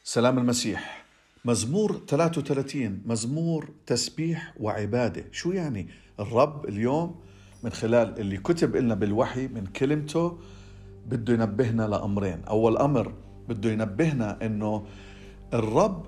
سلام المسيح. مزمور 33 مزمور تسبيح وعبادة. شو يعني؟ الرب اليوم من خلال اللي كتب لنا بالوحي من كلمته بده ينبهنا لأمرين. أول أمر بده ينبهنا إنه الرب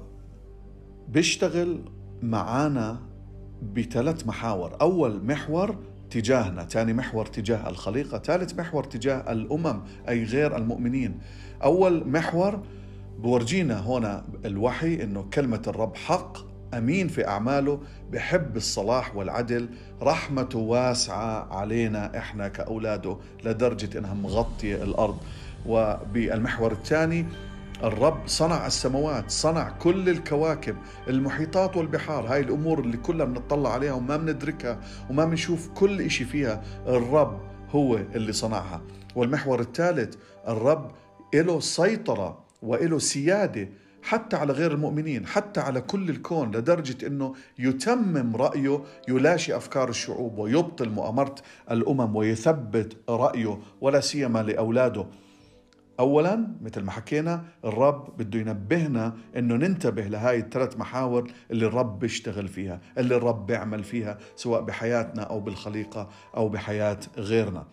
بيشتغل معانا بثلاث محاور. أول محور تجاهنا، ثاني محور تجاه الخليقة، ثالث محور تجاه الأمم أي غير المؤمنين. أول محور بورجينا هنا الوحي إنه كلمة الرب حق، أمين في أعماله، بحب الصلاح والعدل، رحمته واسعة علينا إحنا كأولاده لدرجة إنها مغطية الأرض. وبالمحور الثاني الرب صنع السماوات، صنع كل الكواكب، المحيطات والبحار، هاي الأمور اللي كلها بنطلع عليها وما بندركها وما بنشوف كل إشي فيها، الرب هو اللي صنعها. والمحور الثالث الرب له سيطرة وله سيادة حتى على غير المؤمنين، حتى على كل الكون، لدرجة أنه يتمم رأيه، يلاشي أفكار الشعوب ويبطل مؤامرة الأمم ويثبت رأيه ولا سيما لأولاده. أولا مثل ما حكينا الرب بده ينبهنا أنه ننتبه لهاي الثلاث محاور اللي الرب بيشتغل فيها، اللي الرب بيعمل فيها، سواء بحياتنا أو بالخليقة أو بحياة غيرنا.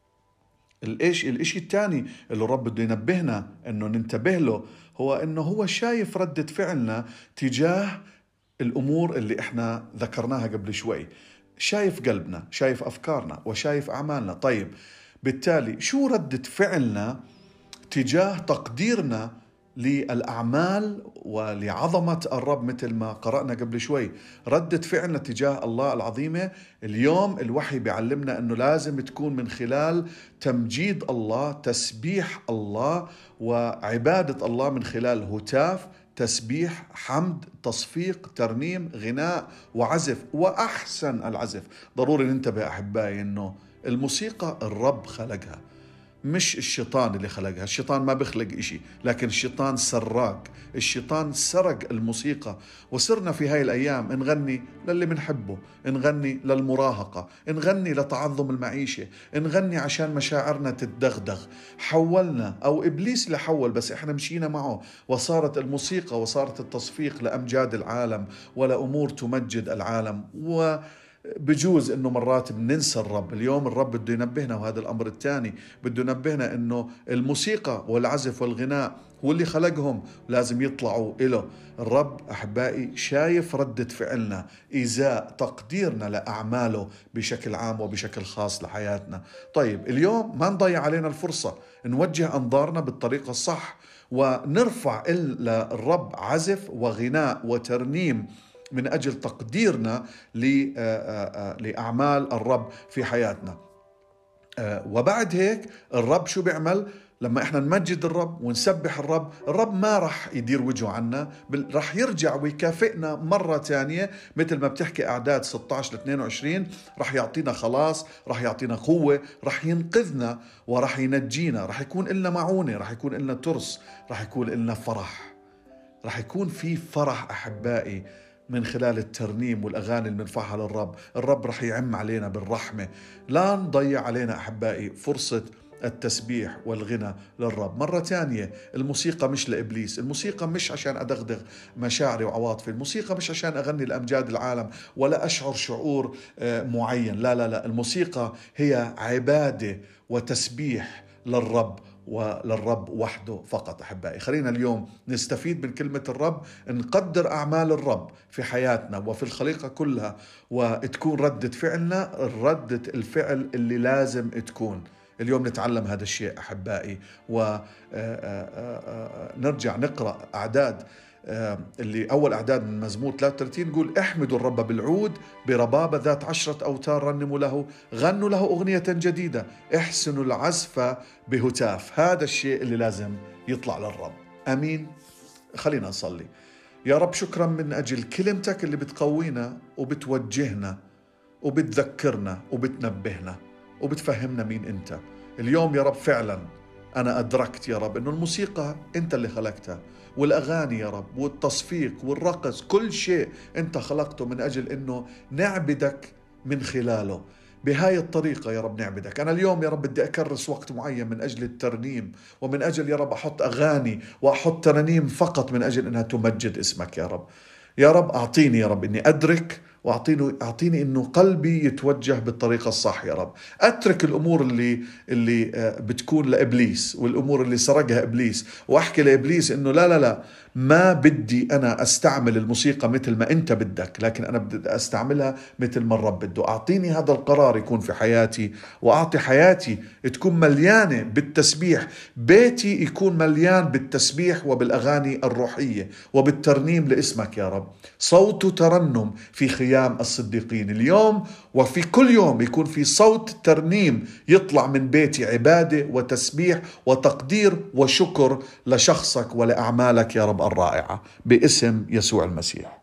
الإشي الثاني اللي الرب بده ينبهنا أنه ننتبه له هو أنه هو شايف ردة فعلنا تجاه الأمور اللي إحنا ذكرناها قبل شوي. شايف قلبنا، شايف أفكارنا وشايف أعمالنا. طيب بالتالي شو ردة فعلنا تجاه تقديرنا للأعمال ولعظمة الرب؟ مثل ما قرأنا قبل شوي، ردة فعلنا تجاه الله العظيمة. اليوم الوحي بيعلمنا أنه لازم تكون من خلال تمجيد الله، تسبيح الله وعبادة الله، من خلال هتاف، تسبيح، حمد، تصفيق، ترنيم، غناء وعزف. وأحسن العزف، ضروري ننتبه أحبائي أنه الموسيقى الرب خلقها، مش الشيطان اللي خلقها. الشيطان ما بيخلق إشي، لكن الشيطان سراق، الشيطان سرق الموسيقى. وصرنا في هاي الأيام نغني للي منحبه، نغني للمراهقة، نغني لتعظم المعيشة، نغني عشان مشاعرنا تتدغدغ. حولنا، أو إبليس اللي حول، بس إحنا مشينا معه، وصارت الموسيقى وصارت التصفيق لأمجاد العالم ولأمور تمجد العالم. بجوز انه مرات بننسى الرب. اليوم الرب بده ينبهنا، وهذا الامر الثاني بده ينبهنا، انه الموسيقى والعزف والغناء هو اللي خلقهم، لازم يطلعوا إله. الرب احبائي شايف ردة فعلنا ازاء تقديرنا لاعماله بشكل عام وبشكل خاص لحياتنا. طيب اليوم ما نضيع علينا الفرصة، نوجه انظارنا بالطريقة الصح ونرفع للرب عزف وغناء وترنيم من أجل تقديرنا لأعمال الرب في حياتنا. وبعد هيك الرب شو بيعمل؟ لما احنا نمجد الرب ونسبح الرب، الرب ما رح يدير وجهه عنا، رح يرجع ويكافئنا مرة تانية. مثل ما بتحكي أعداد 16-22، رح يعطينا خلاص، رح يعطينا قوة، رح ينقذنا ورح ينجينا، رح يكون إلنا معونة، رح يكون إلنا ترس، رح يكون إلنا فرح. رح يكون في فرح أحبائي من خلال الترنيم والأغاني اللي بنرفعها للرب. الرب رح يعم علينا بالرحمة. لا نضيع علينا أحبائي فرصة التسبيح والغنى للرب. مرة تانية، الموسيقى مش لإبليس، الموسيقى مش عشان أدغدغ مشاعري وعواطفي، الموسيقى مش عشان أغني لأمجاد العالم ولا أشعر شعور معين. لا لا لا، الموسيقى هي عبادة وتسبيح للرب وللرب وحده فقط. أحبائي خلينا اليوم نستفيد من كلمة الرب، نقدر أعمال الرب في حياتنا وفي الخليقة كلها، وتكون ردة فعلنا ردة الفعل اللي لازم تكون. اليوم نتعلم هذا الشيء أحبائي، ونرجع نقرأ أعداد اللي أول أعداد من مزمور 33 نقول: احمدوا الرب بالعود، بربابة ذات 10 أوتار رنموا له، غنوا له أغنية جديدة، احسنوا العزف بهتاف. هذا الشيء اللي لازم يطلع للرب. أمين. خلينا نصلي. يا رب شكرا من أجل كلمتك اللي بتقوينا وبتوجهنا وبتذكرنا وبتنبهنا وبتفهمنا مين أنت. اليوم يا رب فعلا أنا أدركت يا رب أنه الموسيقى أنت اللي خلقتها، والأغاني يا رب والتصفيق والرقص، كل شيء أنت خلقته من أجل أنه نعبدك من خلاله، بهاي الطريقة يا رب نعبدك. أنا اليوم يا رب بدي أكرس وقت معين من أجل الترنيم، ومن أجل يا رب أحط أغاني وأحط ترانيم فقط من أجل أنها تمجد اسمك يا رب. يا رب أعطيني يا رب إني أدرك، وأعطيني إنه قلبي يتوجه بالطريقة الصح يا رب. أترك الأمور اللي بتكون لإبليس، والأمور اللي سرقها إبليس، وأحكي لإبليس إنه لا لا لا، ما بدي أنا أستعمل الموسيقى مثل ما أنت بدك، لكن أنا بدي أستعملها مثل ما الرب بده. أعطيني هذا القرار يكون في حياتي، وأعطي حياتي تكون مليانة بالتسبيح، بيتي يكون مليان بالتسبيح وبالأغاني الروحية وبالترنيم لاسمك يا رب. صوت ترنم في خيام الصديقين اليوم، وفي كل يوم يكون في صوت ترنيم يطلع من بيتي، عبادة وتسبيح وتقدير وشكر لشخصك ولأعمالك يا رب الرائعة، باسم يسوع المسيح.